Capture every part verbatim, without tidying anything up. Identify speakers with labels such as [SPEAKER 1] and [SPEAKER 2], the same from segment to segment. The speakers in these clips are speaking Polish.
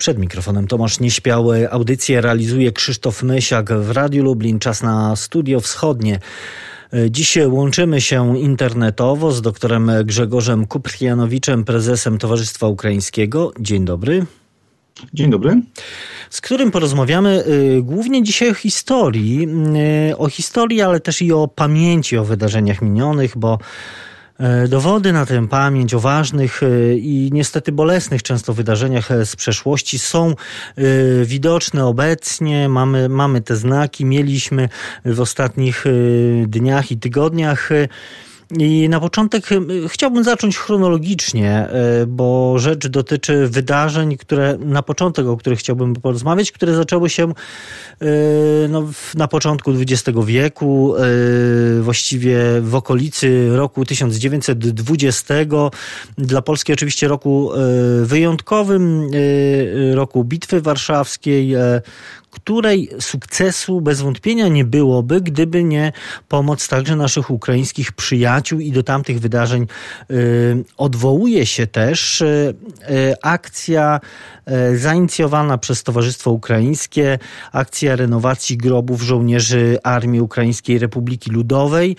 [SPEAKER 1] Przed mikrofonem Tomasz Nieśpiały. Audycję realizuje Krzysztof Mysiak w Radiu Lublin. Czas na Studio Wschodnie. Dziś łączymy się internetowo z doktorem Grzegorzem Kuprjanowiczem, prezesem Towarzystwa Ukraińskiego. Dzień dobry.
[SPEAKER 2] Dzień dobry.
[SPEAKER 1] Z którym porozmawiamy y, głównie dzisiaj o historii. Y, o historii, ale też i o pamięci o wydarzeniach minionych, bo y, dowody na tę pamięć o ważnych y, i niestety bolesnych często wydarzeniach z przeszłości są y, widoczne obecnie. Mamy, mamy te znaki, mieliśmy w ostatnich y, dniach i tygodniach. Y, I na początek chciałbym zacząć chronologicznie, bo rzecz dotyczy wydarzeń, które na początek, o których chciałbym porozmawiać, które zaczęły się no, na początku dwudziestego wieku, właściwie w okolicy roku tysiąc dziewięćset dwudziestego. Dla Polski oczywiście roku wyjątkowym, roku Bitwy Warszawskiej, której sukcesu bez wątpienia nie byłoby, gdyby nie pomoc także naszych ukraińskich przyjaciół i do tamtych wydarzeń y, odwołuje się też y, akcja y, zainicjowana przez Towarzystwo Ukraińskie, akcja renowacji grobów żołnierzy Armii Ukraińskiej Republiki Ludowej.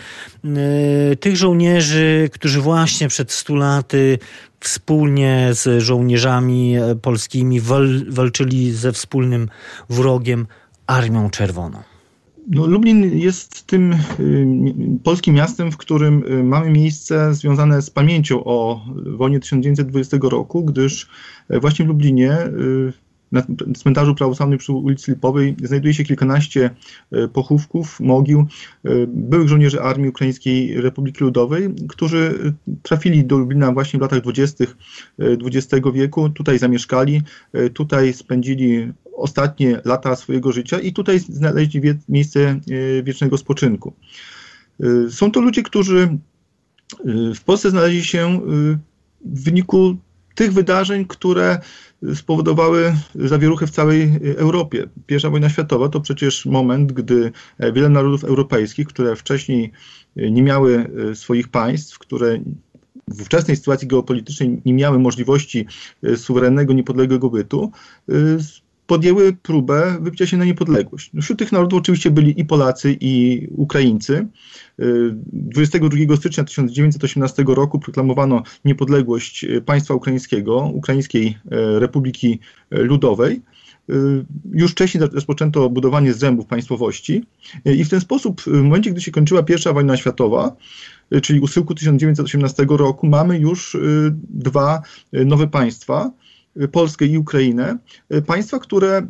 [SPEAKER 1] Y, tych żołnierzy, którzy właśnie przed stu laty wspólnie z żołnierzami polskimi wal, walczyli ze wspólnym wrogiem, Armią Czerwoną.
[SPEAKER 2] No, Lublin jest tym y, polskim miastem, w którym y, mamy miejsce związane z pamięcią o wojnie tysiąc dziewięćset dwudziestego roku, gdyż y, właśnie w Lublinie y, na cmentarzu prawosławnym przy ulicy Lipowej znajduje się kilkanaście pochówków, mogił byłych żołnierzy Armii Ukraińskiej Republiki Ludowej, którzy trafili do Lublina właśnie w latach dwudziestych dwudziestego wieku. Tutaj zamieszkali, tutaj spędzili ostatnie lata swojego życia i tutaj znaleźli wie- miejsce wiecznego spoczynku. Są to ludzie, którzy w Polsce znaleźli się w wyniku tych wydarzeń, które spowodowały zawieruchę w całej Europie. Pierwsza wojna światowa to przecież moment, gdy wiele narodów europejskich, które wcześniej nie miały swoich państw, które w ówczesnej sytuacji geopolitycznej nie miały możliwości suwerennego, niepodległego bytu, podjęły próbę wybicia się na niepodległość. Wśród tych narodów oczywiście byli i Polacy, i Ukraińcy. dwudziestego drugiego stycznia tysiąc dziewięćset osiemnastego roku proklamowano niepodległość państwa ukraińskiego, Ukraińskiej Republiki Ludowej. Już wcześniej rozpoczęto budowanie zrębów państwowości i w ten sposób w momencie, gdy się kończyła pierwsza wojna światowa, czyli u schyłku tysiąc dziewięćset osiemnastego roku, mamy już dwa nowe państwa, Polskę i Ukrainę, państwa, które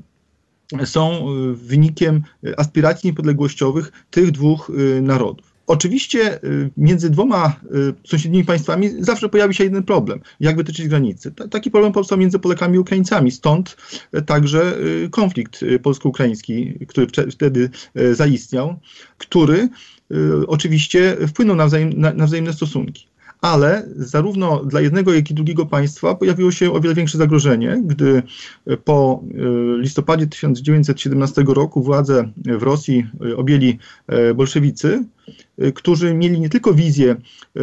[SPEAKER 2] są wynikiem aspiracji niepodległościowych tych dwóch narodów. Oczywiście między dwoma sąsiednimi państwami zawsze pojawi się jeden problem. Jak wytyczyć granicy? Taki problem powstał między Polakami i Ukraińcami. Stąd także konflikt polsko-ukraiński, który wtedy zaistniał, który oczywiście wpłynął na, wzajem, na, na wzajemne stosunki. Ale zarówno dla jednego, jak i drugiego państwa pojawiło się o wiele większe zagrożenie, gdy po listopadzie tysiąc dziewięćset siedemnastego roku władzę w Rosji objęli bolszewicy, którzy mieli nie tylko wizję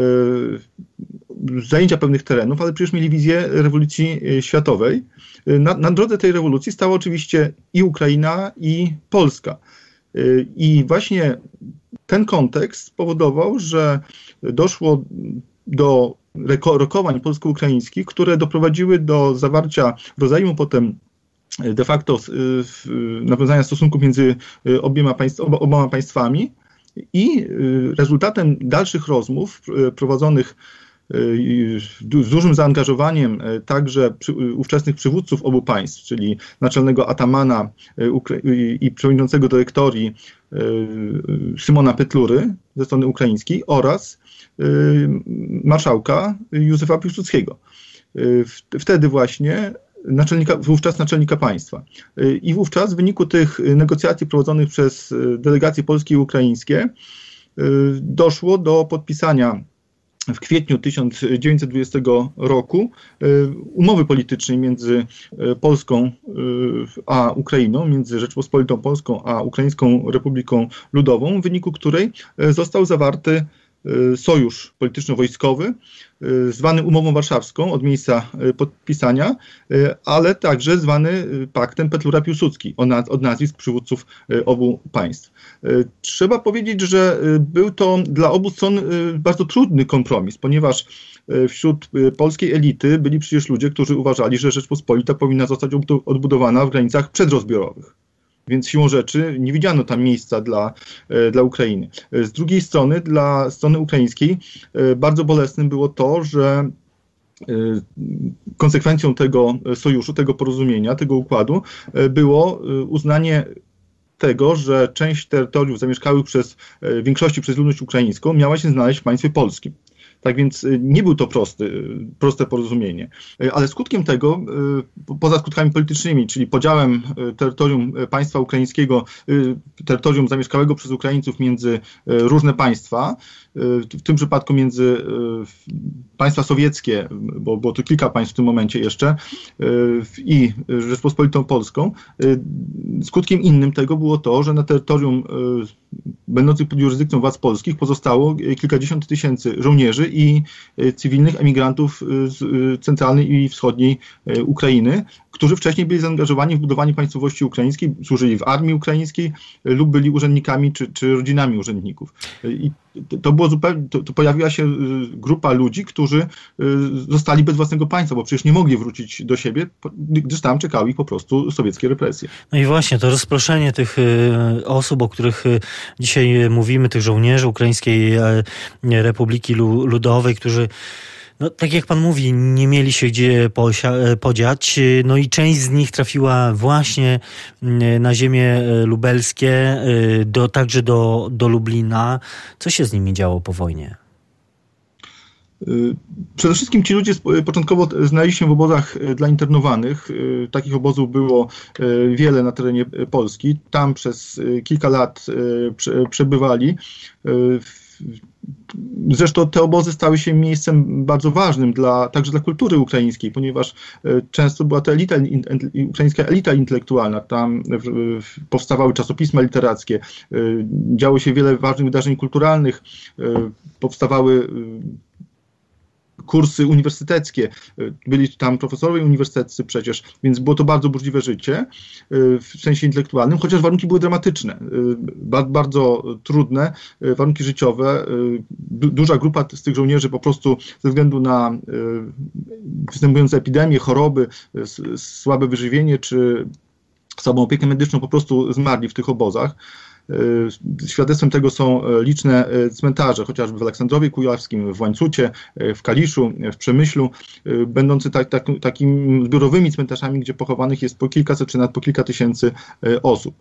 [SPEAKER 2] zajęcia pewnych terenów, ale przecież mieli wizję rewolucji światowej. Na, na drodze tej rewolucji stała oczywiście i Ukraina, i Polska. I właśnie ten kontekst spowodował, że doszło do rokowań polsko-ukraińskich, które doprowadziły do zawarcia rozejmu, potem de facto nawiązania stosunków między obiema, państw, oboma państwami i rezultatem dalszych rozmów prowadzonych z dużym zaangażowaniem także ówczesnych przywódców obu państw, czyli naczelnego atamana i przewodniczącego dyrektorii Szymona Petlury ze strony ukraińskiej oraz marszałka Józefa Piłsudskiego. Wtedy właśnie naczelnika, wówczas naczelnika państwa. I wówczas w wyniku tych negocjacji prowadzonych przez delegacje polskie i ukraińskie doszło do podpisania w kwietniu tysiąc dziewięćset dwudziestego roku umowy politycznej między Polską a Ukrainą, między Rzeczpospolitą Polską a Ukraińską Republiką Ludową, w wyniku której został zawarty sojusz polityczno-wojskowy, zwany umową warszawską od miejsca podpisania, ale także zwany paktem Petlura-Piłsudski od nazwisk przywódców obu państw. Trzeba powiedzieć, że był to dla obu stron bardzo trudny kompromis, ponieważ wśród polskiej elity byli przecież ludzie, którzy uważali, że Rzeczpospolita powinna zostać odbudowana w granicach przedrozbiorowych. Więc siłą rzeczy nie widziano tam miejsca dla, dla Ukrainy. Z drugiej strony, dla strony ukraińskiej bardzo bolesnym było to, że konsekwencją tego sojuszu, tego porozumienia, tego układu było uznanie tego, że część terytoriów zamieszkałych przez w większości przez ludność ukraińską miała się znaleźć w państwie polskim. Tak więc nie był to prosty, proste porozumienie. Ale skutkiem tego, poza skutkami politycznymi, czyli podziałem terytorium państwa ukraińskiego, terytorium zamieszkałego przez Ukraińców między różne państwa, w tym przypadku między państwa sowieckie, bo było tu kilka państw w tym momencie jeszcze, i Rzeczpospolitą Polską, skutkiem innym tego było to, że na terytorium będących pod jurysdykcją władz polskich pozostało kilkadziesiąt tysięcy żołnierzy i cywilnych emigrantów z centralnej i wschodniej Ukrainy, którzy wcześniej byli zaangażowani w budowanie państwowości ukraińskiej, służyli w armii ukraińskiej lub byli urzędnikami czy, czy rodzinami urzędników. I to było zupełnie, to, to pojawiła się grupa ludzi, którzy zostali bez własnego państwa, bo przecież nie mogli wrócić do siebie, gdyż tam czekały ich po prostu sowieckie represje.
[SPEAKER 1] No i właśnie to rozproszenie tych osób, o których dzisiaj mówimy, tych żołnierzy Ukraińskiej Republiki Ludowej, którzy, no tak jak pan mówi, nie mieli się gdzie podziać, no i część z nich trafiła właśnie na ziemię lubelskie, do, także do, do Lublina. Co się z nimi działo po wojnie?
[SPEAKER 2] Przede wszystkim ci ludzie początkowo znaleźli się w obozach dla internowanych. Takich obozów było wiele na terenie Polski. Tam przez kilka lat przebywali. Zresztą te obozy stały się miejscem bardzo ważnym dla, także dla kultury ukraińskiej, ponieważ często była to elita, ukraińska elita intelektualna. Tam powstawały czasopisma literackie, działo się wiele ważnych wydarzeń kulturalnych, powstawały kursy uniwersyteckie, byli tam profesorowie uniwersyteccy przecież, więc było to bardzo burzliwe życie w sensie intelektualnym, chociaż warunki były dramatyczne, bardzo trudne warunki życiowe. Duża grupa z tych żołnierzy po prostu ze względu na występujące epidemie, choroby, słabe wyżywienie czy słabą opiekę medyczną po prostu zmarli w tych obozach. Świadectwem tego są liczne cmentarze, chociażby w Aleksandrowie Kujawskim, w Łańcucie, w Kaliszu, w Przemyślu, będące tak, tak, takimi zbiorowymi cmentarzami, gdzie pochowanych jest po kilkaset czy nawet po kilka tysięcy osób.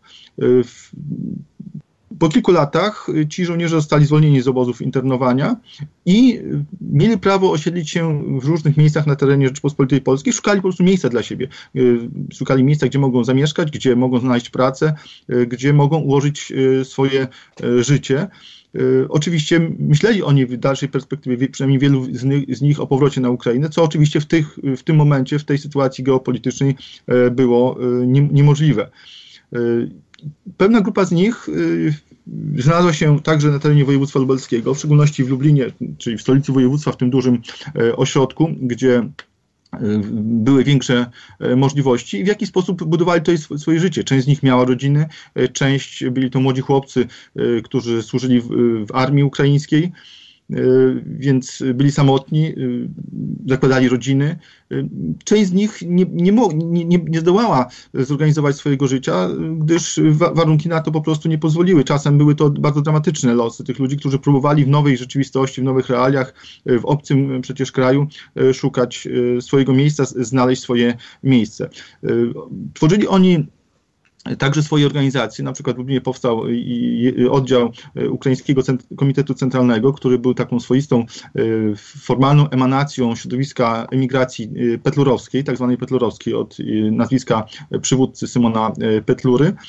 [SPEAKER 2] Po kilku latach ci żołnierze zostali zwolnieni z obozów internowania i mieli prawo osiedlić się w różnych miejscach na terenie Rzeczypospolitej Polskiej. Szukali po prostu miejsca dla siebie. Szukali miejsca, gdzie mogą zamieszkać, gdzie mogą znaleźć pracę, gdzie mogą ułożyć swoje życie. Oczywiście myśleli oni w dalszej perspektywie, przynajmniej wielu z nich, z nich o powrocie na Ukrainę, co oczywiście w, tych, w tym momencie, w tej sytuacji geopolitycznej było nie, niemożliwe. Pewna grupa z nich znalazła się także na terenie województwa lubelskiego, w szczególności w Lublinie, czyli w stolicy województwa, w tym dużym ośrodku, gdzie były większe możliwości i w jaki sposób budowali to swoje życie. Część z nich miała rodziny, część byli to młodzi chłopcy, którzy służyli w, w armii ukraińskiej, więc byli samotni, zakładali rodziny. Część z nich nie, nie, nie, nie zdołała zorganizować swojego życia, gdyż warunki na to po prostu nie pozwoliły. Czasem były to bardzo dramatyczne losy tych ludzi, którzy próbowali w nowej rzeczywistości, w nowych realiach, w obcym przecież kraju szukać swojego miejsca, znaleźć swoje miejsce. Tworzyli oni także swoje organizacje, na przykład w Lublinie powstał oddział Ukraińskiego Komitetu Centralnego, który był taką swoistą formalną emanacją środowiska emigracji petlurowskiej, tak zwanej petlurowskiej, od nazwiska przywódcy Symona Petlury.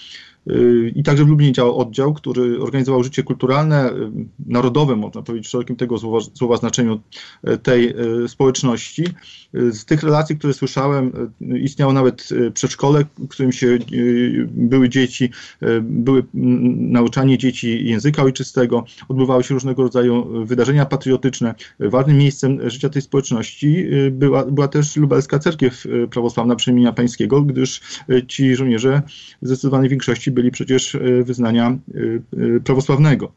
[SPEAKER 2] I także w Lublinie działał oddział, który organizował życie kulturalne, narodowe, można powiedzieć w szerokim tego słowa, słowa znaczeniu tej społeczności. Z tych relacji, które słyszałem, istniało nawet przedszkole, w którym się były dzieci, były nauczanie dzieci języka ojczystego, odbywały się różnego rodzaju wydarzenia patriotyczne. Ważnym miejscem życia tej społeczności była, była też lubelska cerkiew prawosławna Przemienia Pańskiego, gdyż ci żołnierze w zdecydowanej większości byli przecież wyznania prawosławnego.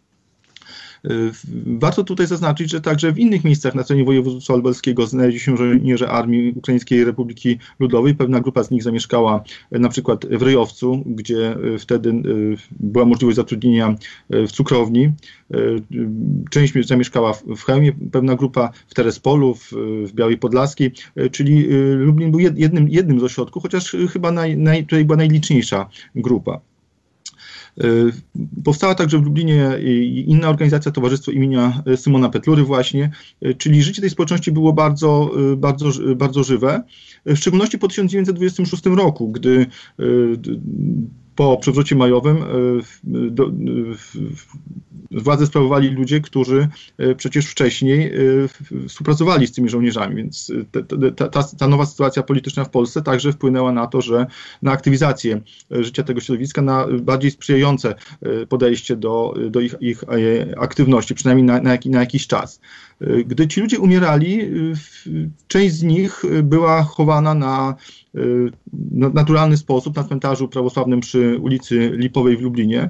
[SPEAKER 2] Warto tutaj zaznaczyć, że także w innych miejscach na terenie województwa lubelskiego znaleźli się żołnierze Armii Ukraińskiej Republiki Ludowej. Pewna grupa z nich zamieszkała na przykład w Ryjowcu, gdzie wtedy była możliwość zatrudnienia w cukrowni. Część zamieszkała w Chełmie, pewna grupa w Terespolu, w, w Białej Podlaskiej, czyli Lublin był jednym, jednym z ośrodków, chociaż chyba naj, naj, tutaj była najliczniejsza grupa. Powstała także w Lublinie inna organizacja, Towarzystwo imienia Symona Petlury właśnie, czyli życie tej społeczności było bardzo, bardzo, bardzo żywe, w szczególności po tysiąc dziewięćset dwudziestym szóstym roku, gdy po przewrocie majowym do, władzę sprawowali ludzie, którzy przecież wcześniej współpracowali z tymi żołnierzami, więc ta, ta, ta nowa sytuacja polityczna w Polsce także wpłynęła na to, że na aktywizację życia tego środowiska, na bardziej sprzyjające podejście do, do ich, ich aktywności, przynajmniej na, na, na jakiś czas. Gdy ci ludzie umierali, część z nich była chowana na naturalny sposób na cmentarzu prawosławnym przy ulicy Lipowej w Lublinie.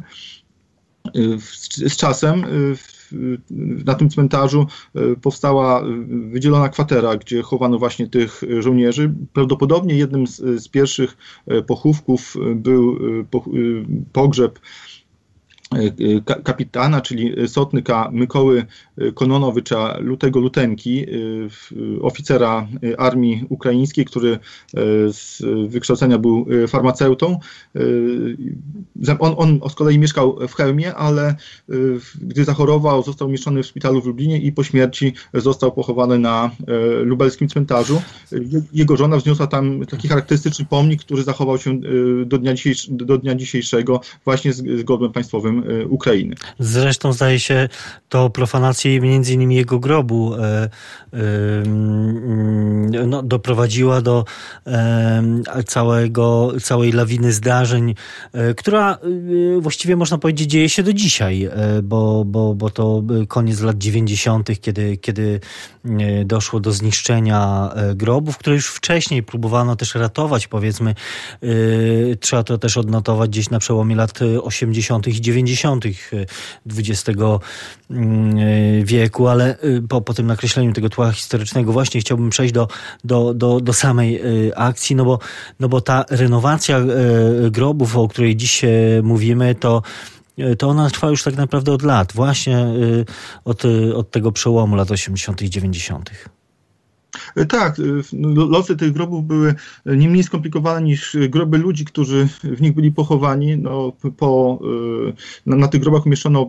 [SPEAKER 2] Z czasem na tym cmentarzu powstała wydzielona kwatera, gdzie chowano właśnie tych żołnierzy. Prawdopodobnie jednym z, z pierwszych pochówków był pogrzeb kapitana, czyli sotnika Mykoły Kononowicza Lutego Lutenki, oficera armii ukraińskiej, który z wykształcenia był farmaceutą. On, on z kolei mieszkał w Chełmie, ale gdy zachorował, został umieszczony w szpitalu w Lublinie i po śmierci został pochowany na lubelskim cmentarzu. Jego żona wzniosła tam taki charakterystyczny pomnik, który zachował się do dnia, dzisiejsz, do dnia dzisiejszego właśnie z, z godłem państwowym Ukrainy.
[SPEAKER 1] Zresztą zdaje się to profanację między innymi jego grobu e, e, no, doprowadziła do e, całego, całej lawiny zdarzeń, e, która e, właściwie można powiedzieć dzieje się do dzisiaj, e, bo, bo, bo to koniec lat dziewięćdziesiątych, kiedy, kiedy doszło do zniszczenia grobów, które już wcześniej próbowano też ratować, powiedzmy, e, trzeba to też odnotować gdzieś na przełomie lat osiemdziesiątych i dziewięćdziesiątych dwudziestego wieku, ale po, po tym nakreśleniu tego tła historycznego właśnie chciałbym przejść do, do, do, do samej akcji, no bo, no bo ta renowacja grobów, o której dziś mówimy, to to ona trwa już tak naprawdę od lat, właśnie od, od tego przełomu lat osiemdziesiątych i dziewięćdziesiątych.
[SPEAKER 2] Tak, losy tych grobów były nie mniej skomplikowane niż groby ludzi, którzy w nich byli pochowani. No, po, na, na tych grobach umieszczono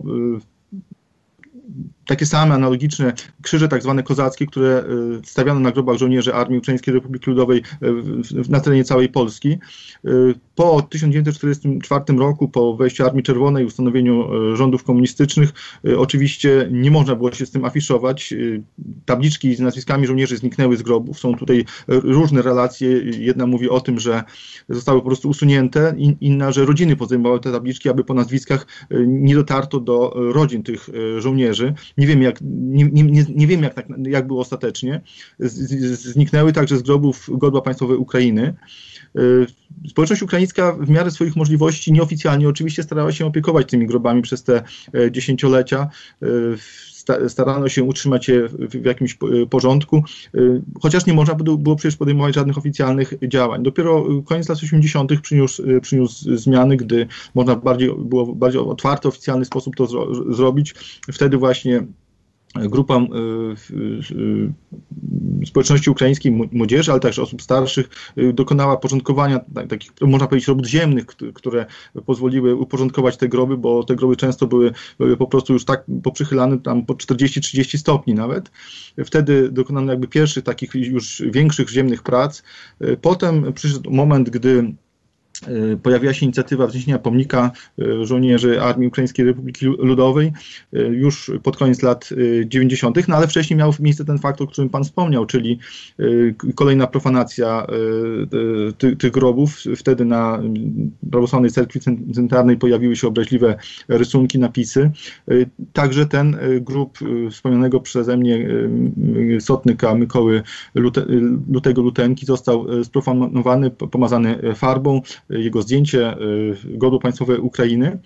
[SPEAKER 2] takie same analogiczne krzyże, tak zwane kozackie, które stawiano na grobach żołnierzy Armii Ukraińskiej Republiki Ludowej na terenie całej Polski. Po tysiąc dziewięćset czterdziestym czwartym roku, po wejściu Armii Czerwonej, ustanowieniu rządów komunistycznych, oczywiście nie można było się z tym afiszować. Tabliczki z nazwiskami żołnierzy zniknęły z grobów. Są tutaj różne relacje. Jedna mówi o tym, że zostały po prostu usunięte, inna, że rodziny pozajmowały te tabliczki, aby po nazwiskach nie dotarto do rodzin tych żołnierzy. Nie wiem, jak, nie, nie, nie wiem, jak, jak było ostatecznie. Zniknęły także z grobów godła państwowej Ukrainy. Społeczność ukraińska w miarę swoich możliwości nieoficjalnie oczywiście starała się opiekować tymi grobami przez te dziesięciolecia. Starano się utrzymać je w jakimś porządku, chociaż nie można było przecież podejmować żadnych oficjalnych działań. Dopiero koniec lat osiemdziesiątych przyniósł, przyniósł zmiany, gdy można bardziej, było w bardziej otwarty, oficjalny sposób to zro, zrobić. Wtedy właśnie grupa y, y, y, społeczności ukraińskiej, młodzieży, ale także osób starszych y, dokonała porządkowania takich, można powiedzieć, robót ziemnych, które pozwoliły uporządkować te groby, bo te groby często były, były po prostu już tak poprzychylane tam po czterdzieści trzydzieści stopni nawet. Wtedy dokonano jakby pierwszych takich już większych ziemnych prac. Y, potem przyszedł moment, gdy pojawiła się inicjatywa wzniesienia pomnika żołnierzy Armii Ukraińskiej Republiki Ludowej już pod koniec lat dziewięćdziesiątych, no ale wcześniej miał miejsce ten fakt, o którym pan wspomniał, czyli kolejna profanacja tych, tych grobów. Wtedy na prawosławnej cerkwi centralnej pojawiły się obraźliwe rysunki, napisy. Także ten grób wspomnianego przeze mnie sotnika Mykoły Lute, Lutego Lutenki został sprofanowany, pomazany farbą. Jego zdjęcie godło państwowe Ukrainy.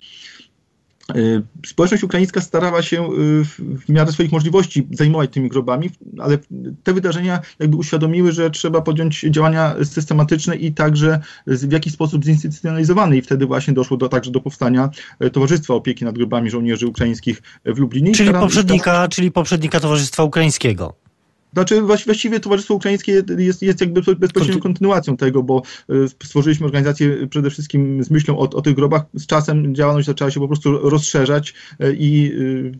[SPEAKER 2] Społeczność ukraińska starała się w miarę swoich możliwości zajmować tymi grobami, ale te wydarzenia jakby uświadomiły, że trzeba podjąć działania systematyczne i także w jakiś sposób zinstytucjonalizowane. I wtedy właśnie doszło do, także do powstania Towarzystwa Opieki nad Grobami Żołnierzy Ukraińskich w Lublinie.
[SPEAKER 1] Czyli poprzednika, czyli poprzednika Towarzystwa Ukraińskiego.
[SPEAKER 2] Znaczy właściwie Towarzystwo Ukraińskie jest, jest jakby bezpośrednią kontynuacją tego, bo stworzyliśmy organizację przede wszystkim z myślą o, o tych grobach. Z czasem działalność zaczęła się po prostu rozszerzać i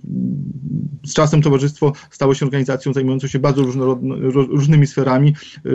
[SPEAKER 2] z czasem towarzystwo stało się organizacją zajmującą się bardzo różnymi sferami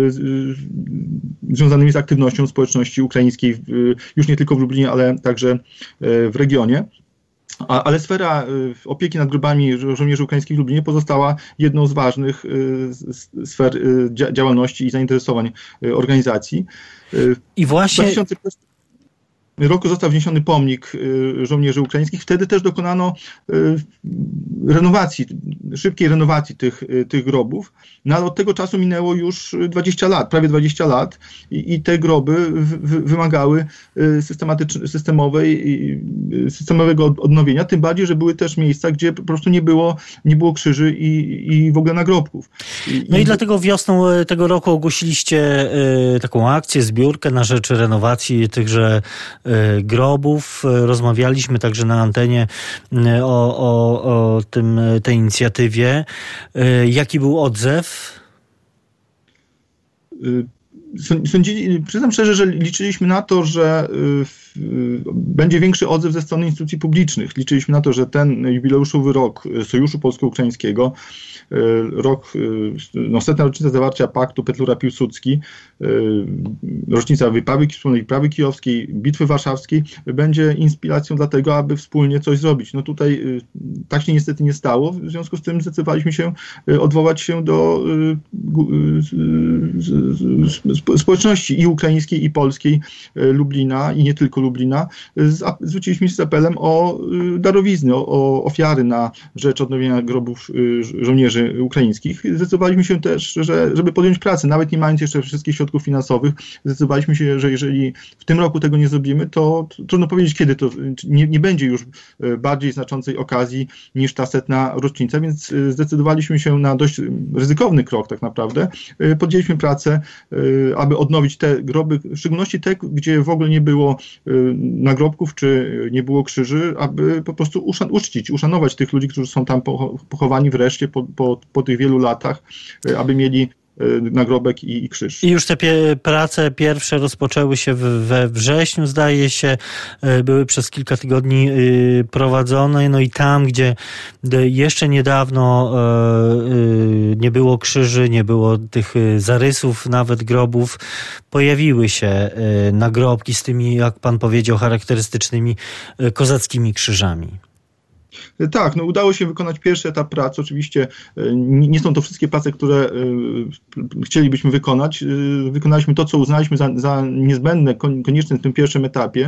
[SPEAKER 2] związanymi z aktywnością społeczności ukraińskiej już nie tylko w Lublinie, ale także w regionie. A, ale sfera y, opieki nad grobami żo żołnierzy ukraińskich w Lublinie pozostała jedną z ważnych y, sfer y, dzia działalności i zainteresowań y, organizacji. Y,
[SPEAKER 1] I właśnie...
[SPEAKER 2] W dwa tysiące pierwszym roku został wniesiony pomnik y, żołnierzy ukraińskich. Wtedy też dokonano y, renowacji, szybkiej renowacji tych, y, tych grobów. No ale od tego czasu minęło już dwadzieścia lat, prawie dwadzieścia lat i, i te groby w, w, wymagały systematycznej, systemowej, systemowego odnowienia, tym bardziej, że były też miejsca, gdzie po prostu nie było, nie było krzyży i, i w ogóle nagrobków. I,
[SPEAKER 1] no i, i dlatego wiosną tego roku ogłosiliście y, taką akcję, zbiórkę na rzecz renowacji tychże y, grobów. Rozmawialiśmy także na antenie y, o, o, o tym, tej inicjatywie. Y, jaki był odzew?
[SPEAKER 2] Sądzili, przyznam szczerze, że liczyliśmy na to, że y, y, będzie większy odzew ze strony instytucji publicznych. Liczyliśmy na to, że ten jubileuszowy rok Sojuszu Polsko-Ukraińskiego, y, rok, y, no, setna rocznica zawarcia paktu Petlura-Piłsudski, y, rocznica wyprawy, wspólnej wyprawy kijowskiej, Bitwy Warszawskiej, będzie inspiracją do tego, aby wspólnie coś zrobić. No tutaj y, tak się niestety nie stało, w związku z tym zdecydowaliśmy się y, odwołać się do y, y, y, społeczności i ukraińskiej, i polskiej Lublina, i nie tylko Lublina. Zwróciliśmy się z apelem o darowizny, o, o ofiary na rzecz odnowienia grobów żołnierzy ukraińskich. Zdecydowaliśmy się też, że, żeby podjąć pracę, nawet nie mając jeszcze wszystkich środków finansowych, zdecydowaliśmy się, że jeżeli w tym roku tego nie zrobimy, to trudno powiedzieć, kiedy to nie, nie będzie już bardziej znaczącej okazji niż ta setna rocznica, więc zdecydowaliśmy się na dość ryzykowny krok tak naprawdę. Podjęliśmy pracę, aby odnowić te groby, w szczególności te, gdzie w ogóle nie było nagrobków, czy nie było krzyży, aby po prostu uszan uczcić, uszanować tych ludzi, którzy są tam pochowani wreszcie po, po, po tych wielu latach, aby mieli nagrobek i, i krzyż.
[SPEAKER 1] I już te pie prace pierwsze rozpoczęły się w, we wrześniu, zdaje się, były przez kilka tygodni y, prowadzone, no i tam, gdzie jeszcze niedawno y, y, nie było krzyży, nie było tych zarysów, nawet grobów, pojawiły się y, nagrobki z tymi, jak pan powiedział, charakterystycznymi y, kozackimi krzyżami.
[SPEAKER 2] Tak, no udało się wykonać pierwszy etap prac. Oczywiście nie są to wszystkie prace, które chcielibyśmy wykonać. Wykonaliśmy to, co uznaliśmy za, za niezbędne, konieczne w tym pierwszym etapie.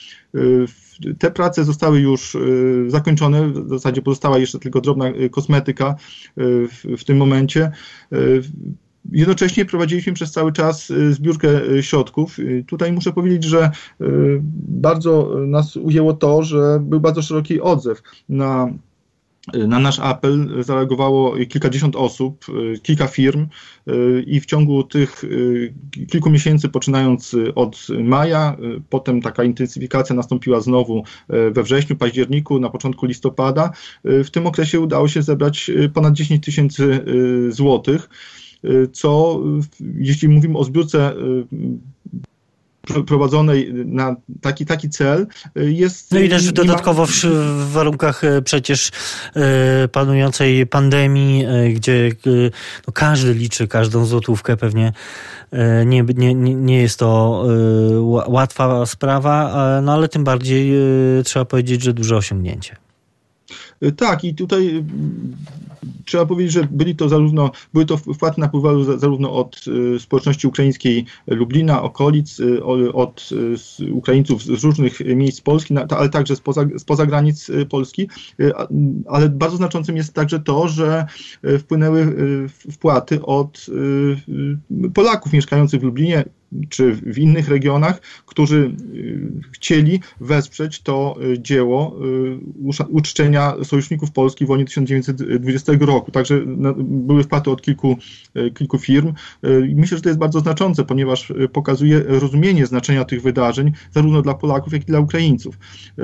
[SPEAKER 2] Te prace zostały już zakończone, w zasadzie pozostała jeszcze tylko drobna kosmetyka w, w tym momencie. Jednocześnie prowadziliśmy przez cały czas zbiórkę środków. Tutaj muszę powiedzieć, że bardzo nas ujęło to, że był bardzo szeroki odzew na Na nasz apel zareagowało kilkadziesiąt osób, kilka firm i w ciągu tych kilku miesięcy, poczynając od maja, potem taka intensyfikacja nastąpiła znowu we wrześniu, październiku, na początku listopada. W tym okresie udało się zebrać ponad dziesięć tysięcy złotych, co jeśli mówimy o zbiórce prowadzonej na taki, taki cel jest...
[SPEAKER 1] No i też dodatkowo w, w warunkach przecież panującej pandemii, gdzie no, każdy liczy każdą złotówkę, pewnie nie, nie, nie jest to łatwa sprawa, no ale tym bardziej trzeba powiedzieć, że duże osiągnięcie.
[SPEAKER 2] Tak, i tutaj trzeba powiedzieć, że byli to zarówno, były to wpłaty napływały zarówno od społeczności ukraińskiej Lublina, okolic, od Ukraińców z różnych miejsc Polski, ale także spoza, spoza granic Polski, ale bardzo znaczącym jest także to, że wpłynęły wpłaty od Polaków mieszkających w Lublinie czy w innych regionach, którzy chcieli wesprzeć to dzieło uczczenia sojuszników Polski w wojnie tysiąc dziewięćset dwudziestego roku. Także były wpłaty od kilku, kilku firm. Myślę, że to jest bardzo znaczące, ponieważ pokazuje rozumienie znaczenia tych wydarzeń zarówno dla Polaków, jak i dla Ukraińców.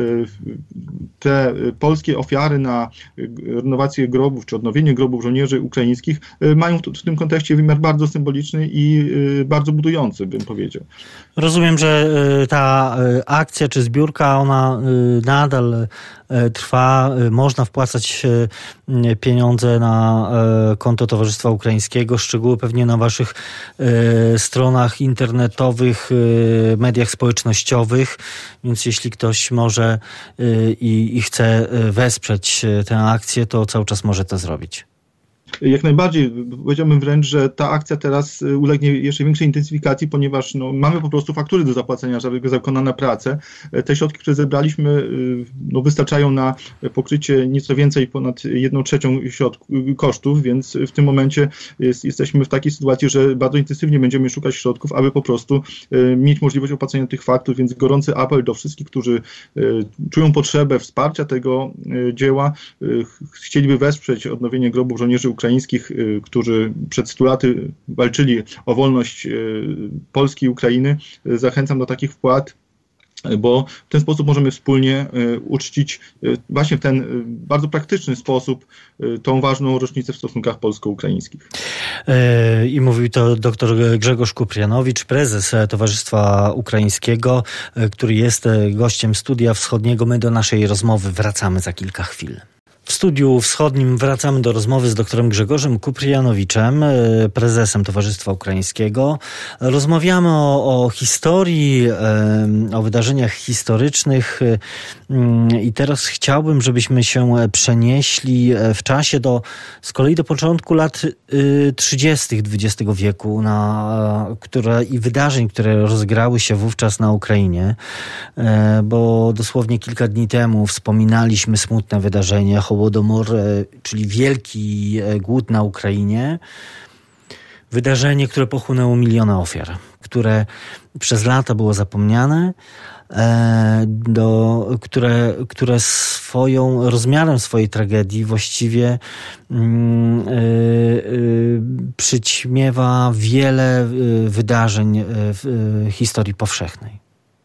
[SPEAKER 2] Te polskie ofiary na renowację grobów, czy odnowienie grobów żołnierzy ukraińskich mają w tym kontekście wymiar bardzo symboliczny i bardzo budujący, bym powiedział.
[SPEAKER 1] Rozumiem, że ta akcja czy zbiórka, ona nadal trwa. Można wpłacać pieniądze na konto Towarzystwa Ukraińskiego. Szczegóły pewnie na waszych stronach internetowych, mediach społecznościowych. Więc jeśli ktoś może i, i chce wesprzeć tę akcję, to cały czas może to zrobić.
[SPEAKER 2] Jak najbardziej, powiedziałbym wręcz, że ta akcja teraz ulegnie jeszcze większej intensyfikacji, ponieważ no, mamy po prostu faktury do zapłacenia za wykonane prace. Te środki, które zebraliśmy, no, wystarczają na pokrycie nieco więcej ponad jedną trzecią środków, kosztów, więc w tym momencie jest, jesteśmy w takiej sytuacji, że bardzo intensywnie będziemy szukać środków, aby po prostu mieć możliwość opłacenia tych faktur, więc gorący apel do wszystkich, którzy czują potrzebę wsparcia tego dzieła, chcieliby wesprzeć odnowienie grobów żołnierzy ukraińskich, którzy przed stu laty walczyli o wolność Polski i Ukrainy. Zachęcam do takich wpłat, bo w ten sposób możemy wspólnie uczcić właśnie w ten bardzo praktyczny sposób tą ważną rocznicę w stosunkach polsko-ukraińskich.
[SPEAKER 1] I mówił to dr Grzegorz Kuprianowicz, prezes Towarzystwa Ukraińskiego, który jest gościem Studia Wschodniego. My do naszej rozmowy wracamy za kilka chwil. W Studiu Wschodnim wracamy do rozmowy z doktorem Grzegorzem Kuprianowiczem, prezesem Towarzystwa Ukraińskiego. Rozmawiamy o, o historii, o wydarzeniach historycznych i teraz chciałbym, żebyśmy się przenieśli w czasie do, z kolei do początku lat trzydziestych dwudziestego wieku, na, które, i wydarzeń, które rozgrały się wówczas na Ukrainie, bo dosłownie kilka dni temu wspominaliśmy smutne wydarzenie Hołodomor, czyli wielki głód na Ukrainie. Wydarzenie, które pochłonęło miliony ofiar, które przez lata było zapomniane, do, które, które swoją, rozmiarem swojej tragedii właściwie yy, yy, przyćmiewa wiele wydarzeń w historii powszechnej.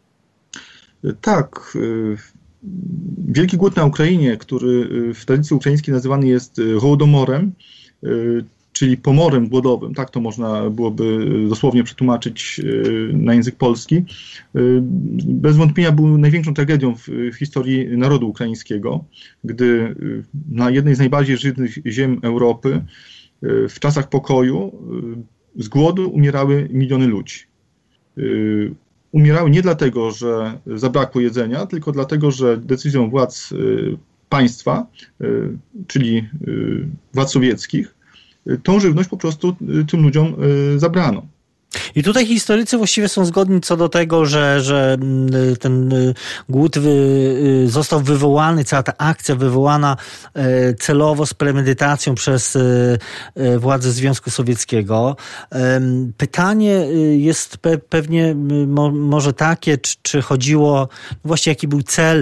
[SPEAKER 2] Tak. Wielki głód na Ukrainie, który w tradycji ukraińskiej nazywany jest Hołodomorem, czyli pomorem głodowym, tak to można byłoby dosłownie przetłumaczyć na język polski, bez wątpienia był największą tragedią w historii narodu ukraińskiego, gdy na jednej z najbardziej żywych ziem Europy w czasach pokoju z głodu umierały miliony ludzi. Umierały nie dlatego, że zabrakło jedzenia, tylko dlatego, że decyzją władz państwa, czyli władz sowieckich, tą żywność po prostu tym ludziom zabrano.
[SPEAKER 1] I tutaj historycy właściwie są zgodni co do tego, że, że ten głód wy, został wywołany, cała ta akcja wywołana celowo z premedytacją przez władze Związku Sowieckiego. Pytanie jest pe, pewnie mo, może takie, czy, czy chodziło, właściwie jaki był cel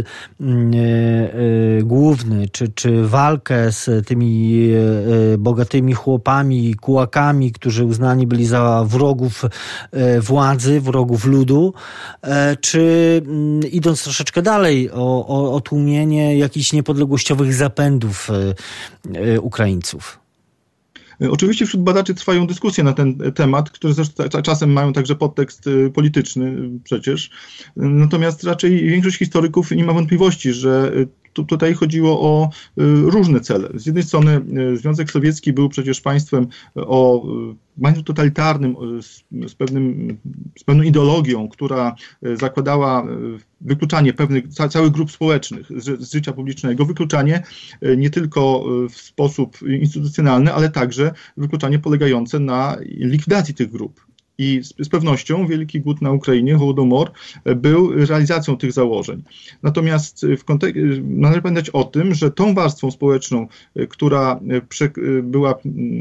[SPEAKER 1] główny, czy, czy walkę z tymi bogatymi chłopami, kułakami, którzy uznani byli za wrogów władzy, wrogów ludu, czy idąc troszeczkę dalej o, o, o tłumienie jakichś niepodległościowych zapędów Ukraińców?
[SPEAKER 2] Oczywiście wśród badaczy trwają dyskusje na ten temat, które zresztą czasem mają także podtekst polityczny przecież. Natomiast raczej większość historyków nie ma wątpliwości, że tu, tutaj chodziło o różne cele. Z jednej strony Związek Sowiecki był przecież państwem o państwem totalitarnym, z, z, pewnym, z pewną ideologią, która zakładała wykluczanie pewnych, całych grup społecznych z, z życia publicznego, wykluczanie nie tylko w sposób instytucjonalny, ale także wykluczanie polegające na likwidacji tych grup. I z, z pewnością Wielki Głód na Ukrainie, Hołodomor, był realizacją tych założeń. Natomiast w kontek- należy pamiętać o tym, że tą warstwą społeczną, która prze- była,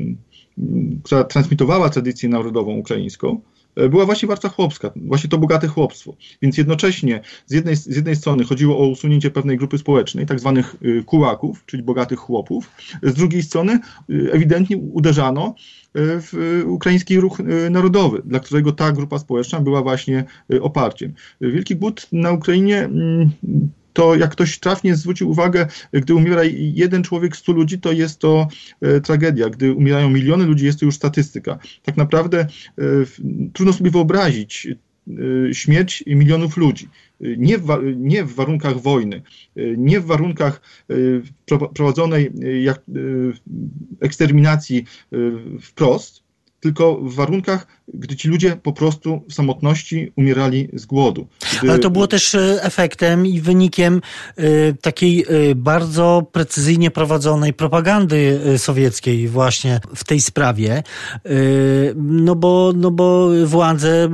[SPEAKER 2] która transmitowała tradycję narodową ukraińską, była właśnie warstwa chłopska, właśnie to bogate chłopstwo. Więc jednocześnie z jednej, z jednej strony chodziło o usunięcie pewnej grupy społecznej, tak zwanych kułaków, czyli bogatych chłopów. Z drugiej strony ewidentnie uderzano w ukraiński ruch narodowy, dla którego ta grupa społeczna była właśnie oparciem. Wielki Głód na Ukrainie, to jak ktoś trafnie zwrócił uwagę, gdy umiera jeden człowiek stu ludzi, to jest to e, tragedia. Gdy umierają miliony ludzi, jest to już statystyka. Tak naprawdę e, trudno sobie wyobrazić e, śmierć milionów ludzi. Nie w, nie w warunkach wojny, nie w warunkach e, prowadzonej e, jak, e, eksterminacji e, wprost, tylko w warunkach, gdy ci ludzie po prostu w samotności umierali z głodu. Gdy...
[SPEAKER 1] Ale to było też efektem i wynikiem y, takiej y, bardzo precyzyjnie prowadzonej propagandy sowieckiej właśnie w tej sprawie. Y, no, bo, no bo władze y,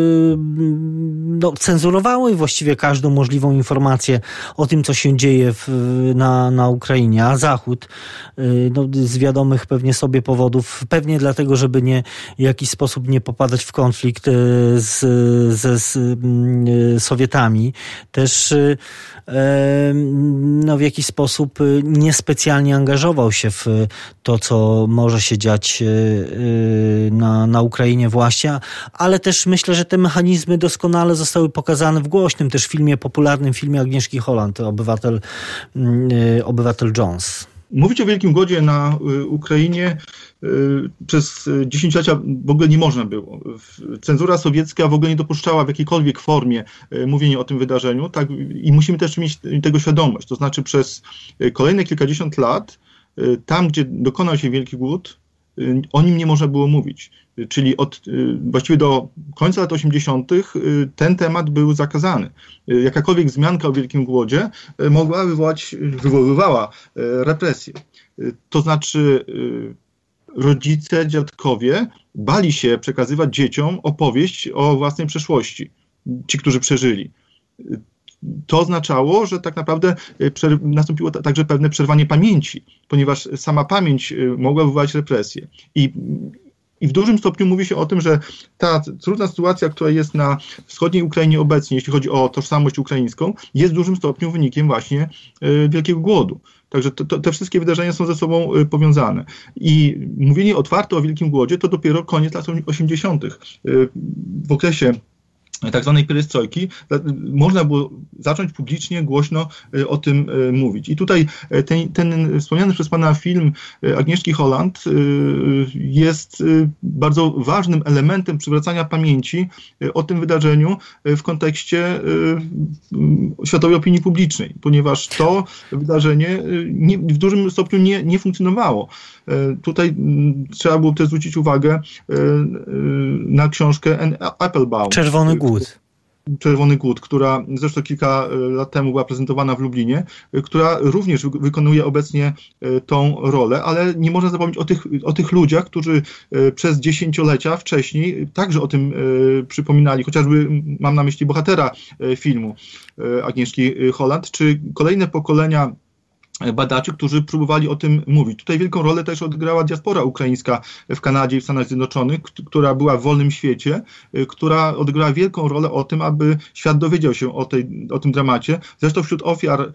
[SPEAKER 1] no, cenzurowały właściwie każdą możliwą informację o tym, co się dzieje w, na, na Ukrainie, a Zachód y, no, z wiadomych pewnie sobie powodów, pewnie dlatego, żeby nie w jakiś sposób nie popadać w konflikt z, ze z Sowietami, też no, w jakiś sposób niespecjalnie angażował się w to, co może się dziać na, na Ukrainie właśnie, ale też myślę, że te mechanizmy doskonale zostały pokazane w głośnym też filmie, popularnym filmie Agnieszki Holland, Obywatel, Obywatel Jones.
[SPEAKER 2] Mówić o Wielkim Głodzie na Ukrainie przez dziesięciolecia w ogóle nie można było. Cenzura sowiecka w ogóle nie dopuszczała w jakiejkolwiek formie mówienia o tym wydarzeniu, tak, i musimy też mieć tego świadomość. To znaczy przez kolejne kilkadziesiąt lat, tam gdzie dokonał się Wielki Głód, o nim nie można było mówić. Czyli od właściwie do końca lat osiemdziesiątych ten temat był zakazany. Jakakolwiek wzmianka o Wielkim Głodzie mogła wywołać, wywoływała represje. To znaczy rodzice, dziadkowie bali się przekazywać dzieciom opowieść o własnej przeszłości. Ci, którzy przeżyli. To oznaczało, że tak naprawdę nastąpiło także pewne przerwanie pamięci, ponieważ sama pamięć mogła wywołać represje. I, i w dużym stopniu mówi się o tym, że ta trudna sytuacja, która jest na wschodniej Ukrainie obecnie, jeśli chodzi o tożsamość ukraińską, jest w dużym stopniu wynikiem właśnie Wielkiego Głodu. Także to, to, te wszystkie wydarzenia są ze sobą powiązane. I mówienie otwarto o Wielkim Głodzie to dopiero koniec lat osiemdziesiątych. W okresie tak zwanej pierestrojki można było zacząć publicznie, głośno o tym mówić. I tutaj ten, ten wspomniany przez pana film Agnieszki Holland jest bardzo ważnym elementem przywracania pamięci o tym wydarzeniu w kontekście światowej opinii publicznej, ponieważ to wydarzenie nie, w dużym stopniu nie, nie funkcjonowało. Tutaj trzeba było też zwrócić uwagę na książkę Anne Applebaum.
[SPEAKER 1] Czerwony Głód.
[SPEAKER 2] Czerwony Głód, która zresztą kilka lat temu była prezentowana w Lublinie, która również wykonuje obecnie tą rolę, ale nie można zapomnieć o tych, o tych ludziach, którzy przez dziesięciolecia wcześniej także o tym przypominali, chociażby mam na myśli bohatera filmu Agnieszki Holland, czy kolejne pokolenia badaczy, którzy próbowali o tym mówić. Tutaj wielką rolę też odgrała diaspora ukraińska w Kanadzie i w Stanach Zjednoczonych, która była w wolnym świecie, która odgrała wielką rolę o tym, aby świat dowiedział się o, tej, o tym dramacie. Zresztą wśród ofiar,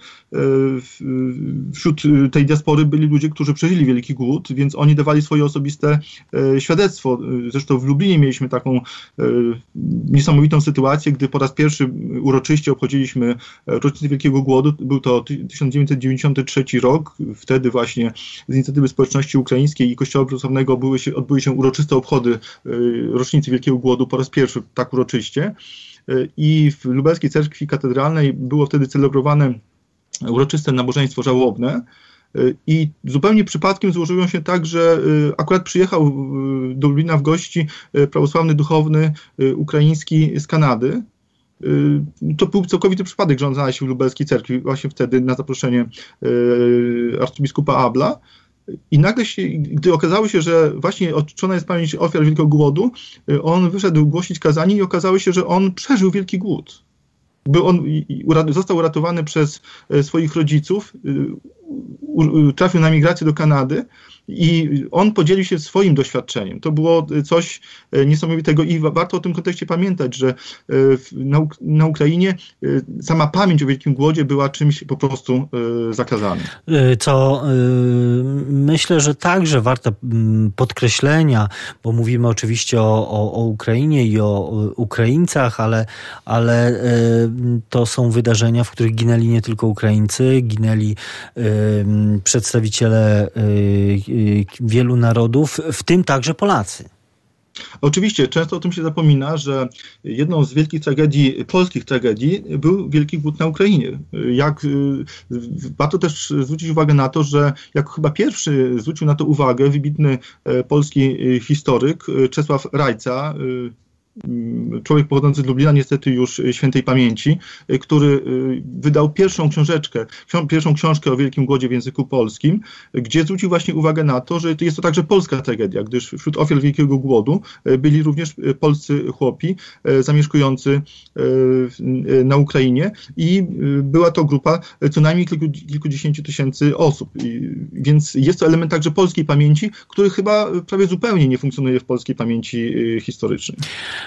[SPEAKER 2] wśród tej diaspory byli ludzie, którzy przeżyli Wielki Głód, więc oni dawali swoje osobiste świadectwo. Zresztą w Lublinie mieliśmy taką niesamowitą sytuację, gdy po raz pierwszy uroczyście obchodziliśmy rocznicę Wielkiego Głodu. Był to tysiąc dziewięćset dziewięćdziesiąty trzeci trzeci rok. Wtedy właśnie z inicjatywy społeczności ukraińskiej i Kościoła Prawosławnego odbyły się, odbyły się uroczyste obchody rocznicy Wielkiego Głodu po raz pierwszy tak uroczyście. I w lubelskiej cerkwi katedralnej było wtedy celebrowane uroczyste nabożeństwo żałobne. I zupełnie przypadkiem złożyło się tak, że akurat przyjechał do Lublina w gości prawosławny duchowny ukraiński z Kanady. To był całkowity przypadek, że on znalazł się w lubelskiej cerkwi właśnie wtedy na zaproszenie arcybiskupa Abla. I nagle się, gdy okazało się, że właśnie odczczona jest pamięć ofiar Wielkiego Głodu, on wyszedł głosić kazanie i okazało się, że on przeżył Wielki Głód. Był on, został uratowany przez swoich rodziców, trafił na migrację do Kanady i on podzielił się swoim doświadczeniem. To było coś niesamowitego i warto o tym kontekście pamiętać, że na, na Ukrainie sama pamięć o Wielkim Głodzie była czymś po prostu zakazanym.
[SPEAKER 1] Co myślę, że także warte podkreślenia, bo mówimy oczywiście o, o, o Ukrainie i o Ukraińcach, ale, ale to są wydarzenia, w których ginęli nie tylko Ukraińcy, ginęli przedstawiciele wielu narodów, w tym także Polacy.
[SPEAKER 2] Oczywiście, często o tym się zapomina, że jedną z wielkich tragedii, polskich tragedii, był Wielki Głód na Ukrainie. Jak, warto też zwrócić uwagę na to, że jako chyba pierwszy zwrócił na to uwagę wybitny polski historyk Czesław Rajca, człowiek pochodzący z Lublina, niestety już świętej pamięci, który wydał pierwszą książeczkę, pierwszą książkę o Wielkim Głodzie w języku polskim, gdzie zwrócił właśnie uwagę na to, że jest to także polska tragedia, gdyż wśród ofiar Wielkiego Głodu byli również polscy chłopi zamieszkujący na Ukrainie i była to grupa co najmniej kilku, kilkudziesięciu tysięcy osób. Więc jest to element także polskiej pamięci, który chyba prawie zupełnie nie funkcjonuje w polskiej pamięci historycznej.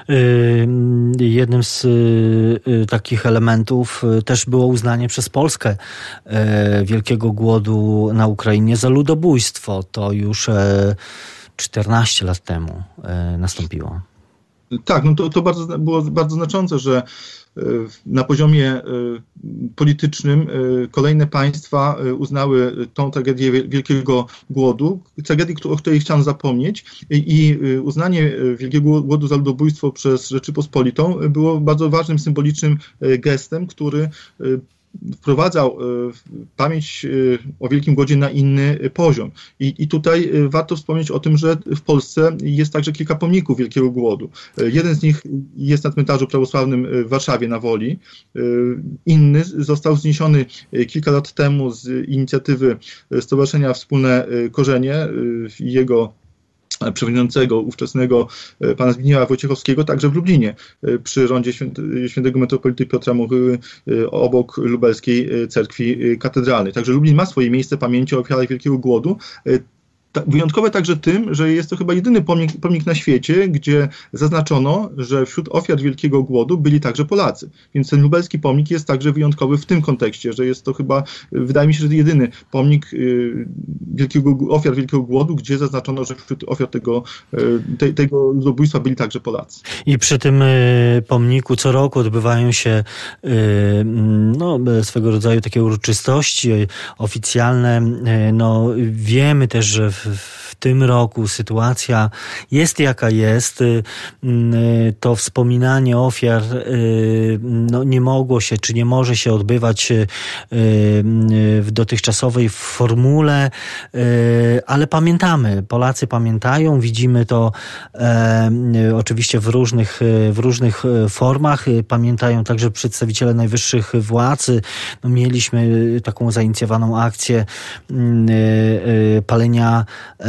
[SPEAKER 1] Jednym z takich elementów też było uznanie przez Polskę Wielkiego Głodu na Ukrainie za ludobójstwo. To już czternaście lat temu nastąpiło.
[SPEAKER 2] Tak, no to, to bardzo, było bardzo znaczące, że na poziomie politycznym kolejne państwa uznały tą tragedię Wielkiego Głodu, tragedię, o której chciano zapomnieć, i uznanie Wielkiego Głodu za ludobójstwo przez Rzeczypospolitą było bardzo ważnym, symbolicznym gestem, który wprowadzał pamięć o Wielkim Głodzie na inny poziom. I, I tutaj warto wspomnieć o tym, że w Polsce jest także kilka pomników Wielkiego Głodu. Jeden z nich jest na cmentarzu prawosławnym w Warszawie na Woli. Inny został zniesiony kilka lat temu z inicjatywy Stowarzyszenia Wspólne Korzenie i jego przewodniczącego ówczesnego pana Zbigniewa Wojciechowskiego, także w Lublinie, przy rondzie świętego metropolity Piotra Mochyły obok lubelskiej cerkwi katedralnej. Także Lublin ma swoje miejsce pamięci o ofiarach Wielkiego Głodu. Wyjątkowe także tym, że jest to chyba jedyny pomnik, pomnik na świecie, gdzie zaznaczono, że wśród ofiar Wielkiego Głodu byli także Polacy. Więc ten lubelski pomnik jest także wyjątkowy w tym kontekście, że jest to chyba, wydaje mi się, że jedyny pomnik wielkiego, ofiar Wielkiego Głodu, gdzie zaznaczono, że wśród ofiar tego, te, tego ludobójstwa byli także Polacy.
[SPEAKER 1] I przy tym pomniku co roku odbywają się no, swego rodzaju takie uroczystości oficjalne. No, wiemy też, że w W tym roku sytuacja jest jaka jest. To wspominanie ofiar no, nie mogło się, czy nie może się odbywać w dotychczasowej formule, ale pamiętamy. Polacy pamiętają, widzimy to oczywiście w różnych, w różnych formach. Pamiętają także przedstawiciele najwyższych władz. No, mieliśmy taką zainicjowaną akcję palenia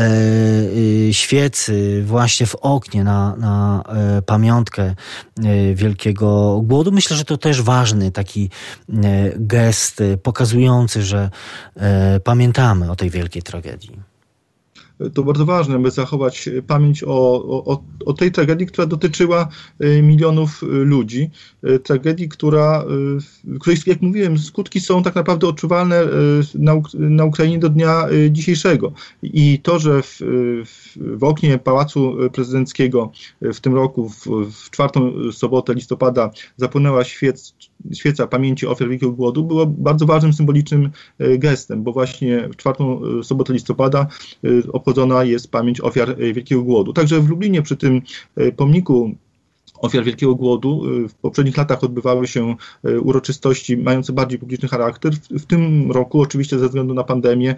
[SPEAKER 1] świecy właśnie w oknie na, na pamiątkę Wielkiego Głodu. Myślę, że to też ważny taki gest pokazujący, że pamiętamy o tej wielkiej tragedii.
[SPEAKER 2] To bardzo ważne, aby zachować pamięć o, o, o tej tragedii, która dotyczyła milionów ludzi. Tragedii, która, której, jak mówiłem, skutki są tak naprawdę odczuwalne na, na Ukrainie do dnia dzisiejszego. I to, że w, w oknie Pałacu Prezydenckiego w tym roku, w, w czwartą sobotę listopada zapłonęła świec, świeca pamięci ofiar Wielkiego Głodu była bardzo ważnym, symbolicznym gestem, bo właśnie w czwartą sobotę listopada obchodzona jest pamięć ofiar Wielkiego Głodu. Także w Lublinie przy tym pomniku ofiar Wielkiego Głodu w poprzednich latach odbywały się uroczystości mające bardziej publiczny charakter. W tym roku oczywiście ze względu na pandemię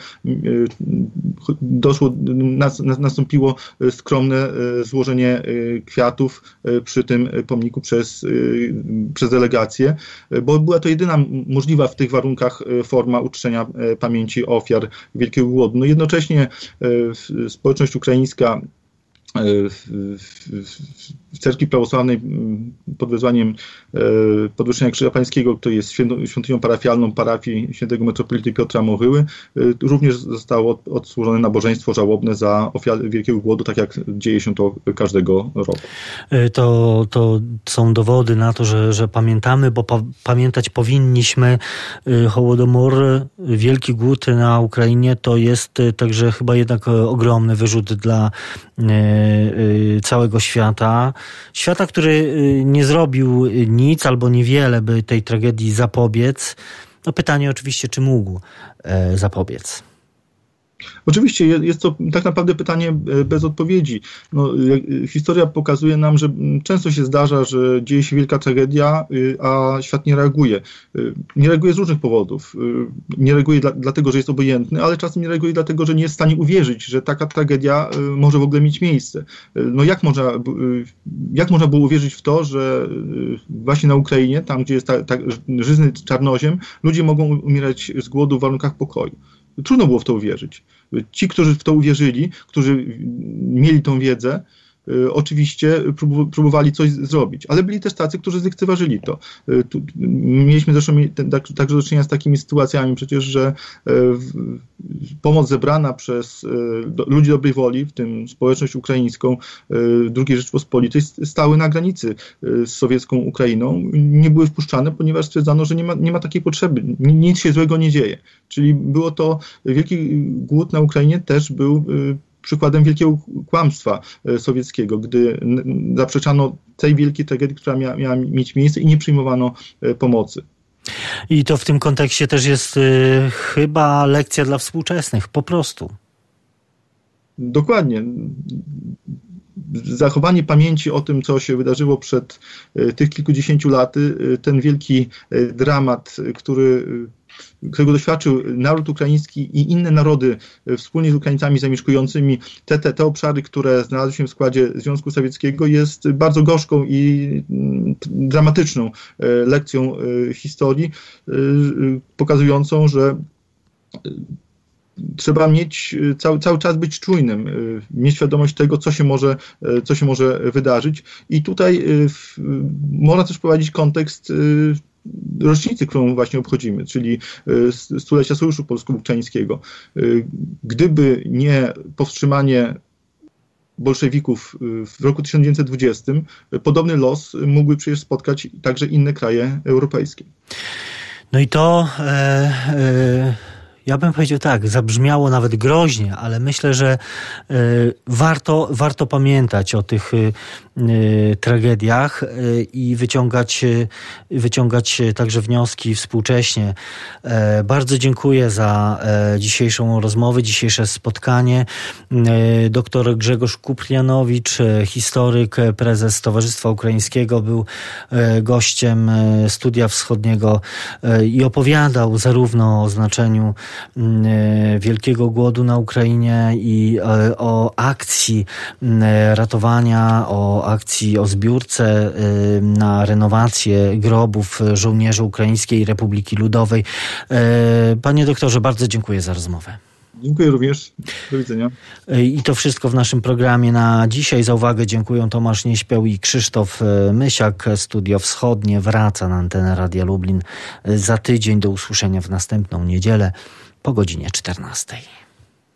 [SPEAKER 2] doszło, nastąpiło skromne złożenie kwiatów przy tym pomniku przez, przez delegację, bo była to jedyna możliwa w tych warunkach forma uczczenia pamięci ofiar Wielkiego Głodu. No jednocześnie społeczność ukraińska w, w, w cerkwi prawosławnej pod wezwaniem Podwyższenia Krzyża Pańskiego, który jest świątynią parafialną parafii świętego metropolity Piotra Mochyły, również zostało odsłużone nabożeństwo żałobne za ofiary Wielkiego Głodu, tak jak dzieje się to każdego roku.
[SPEAKER 1] To, to są dowody na to, że, że pamiętamy, bo pa, pamiętać powinniśmy. Hołodomor, Wielki Głód na Ukrainie to jest także chyba jednak ogromny wyrzut dla całego świata. Świata, który nie zrobił nic albo niewiele, by tej tragedii zapobiec. No pytanie oczywiście, czy mógł zapobiec.
[SPEAKER 2] Oczywiście jest to tak naprawdę pytanie bez odpowiedzi. No, historia pokazuje nam, że często się zdarza, że dzieje się wielka tragedia, a świat nie reaguje. Nie reaguje z różnych powodów. Nie reaguje dla, dlatego, że jest obojętny, ale czasem nie reaguje dlatego, że nie jest w stanie uwierzyć, że taka tragedia może w ogóle mieć miejsce. No jak można, jak można było uwierzyć w to, że właśnie na Ukrainie, tam gdzie jest ta, ta żyzny czarnoziem, ludzie mogą umierać z głodu w warunkach pokoju. Trudno było w to uwierzyć. Ci, którzy w to uwierzyli, którzy mieli tą wiedzę, oczywiście próbowali coś zrobić, ale byli też tacy, którzy zlekceważyli to. Mieliśmy zresztą także do czynienia z takimi sytuacjami przecież, że pomoc zebrana przez ludzi dobrej woli, w tym społeczność ukraińską drugiej Rzeczpospolitej, stały na granicy z sowiecką Ukrainą, nie były wpuszczane, ponieważ stwierdzano, że nie ma, nie ma takiej potrzeby, nic się złego nie dzieje. Czyli było to, Wielki Głód na Ukrainie też był przykładem wielkiego kłamstwa sowieckiego, gdy zaprzeczano tej wielkiej tragedii, która miała, miała mieć miejsce i nie przyjmowano pomocy.
[SPEAKER 1] I to w tym kontekście też jest y, chyba lekcja dla współczesnych, po prostu.
[SPEAKER 2] Dokładnie. Zachowanie pamięci o tym, co się wydarzyło przed y, tych kilkudziesięciu laty, y, ten wielki y, dramat, który którego doświadczył naród ukraiński i inne narody wspólnie z Ukraińcami zamieszkującymi te, te, te obszary, które znalazły się w składzie Związku Sowieckiego, jest bardzo gorzką i dramatyczną lekcją historii, pokazującą, że trzeba mieć cały, cały czas być czujnym, mieć świadomość tego, co się może, co się może wydarzyć. I tutaj można też prowadzić kontekst rocznicy, którą właśnie obchodzimy, czyli stulecia Sojuszu Polsko-Ukraińskiego. Gdyby nie powstrzymanie bolszewików w roku tysiąc dziewięćset dwudziestym, podobny los mógłby przecież spotkać także inne kraje europejskie.
[SPEAKER 1] No i to... E, e... Ja bym powiedział tak, zabrzmiało nawet groźnie, ale myślę, że y, warto, warto pamiętać o tych y, y, tragediach y, i wyciągać, y, wyciągać także wnioski współcześnie. Y, bardzo dziękuję za y, dzisiejszą rozmowę, dzisiejsze spotkanie. Y, doktor Grzegorz Kuprianowicz, y, historyk, prezes Towarzystwa Ukraińskiego, był y, gościem y, Studia Wschodniego y, i opowiadał zarówno o znaczeniu Wielkiego Głodu na Ukrainie i o akcji ratowania, o akcji, o zbiórce na renowację grobów żołnierzy Ukraińskiej Republiki Ludowej. Panie doktorze, bardzo dziękuję za rozmowę.
[SPEAKER 2] Dziękuję również. Do widzenia.
[SPEAKER 1] I to wszystko w naszym programie na dzisiaj. Za uwagę dziękuję Tomasz Nieśpiał i Krzysztof Mysiak. Studio Wschodnie wraca na antenę Radia Lublin za tydzień. Do usłyszenia w następną niedzielę po godzinie czternastej.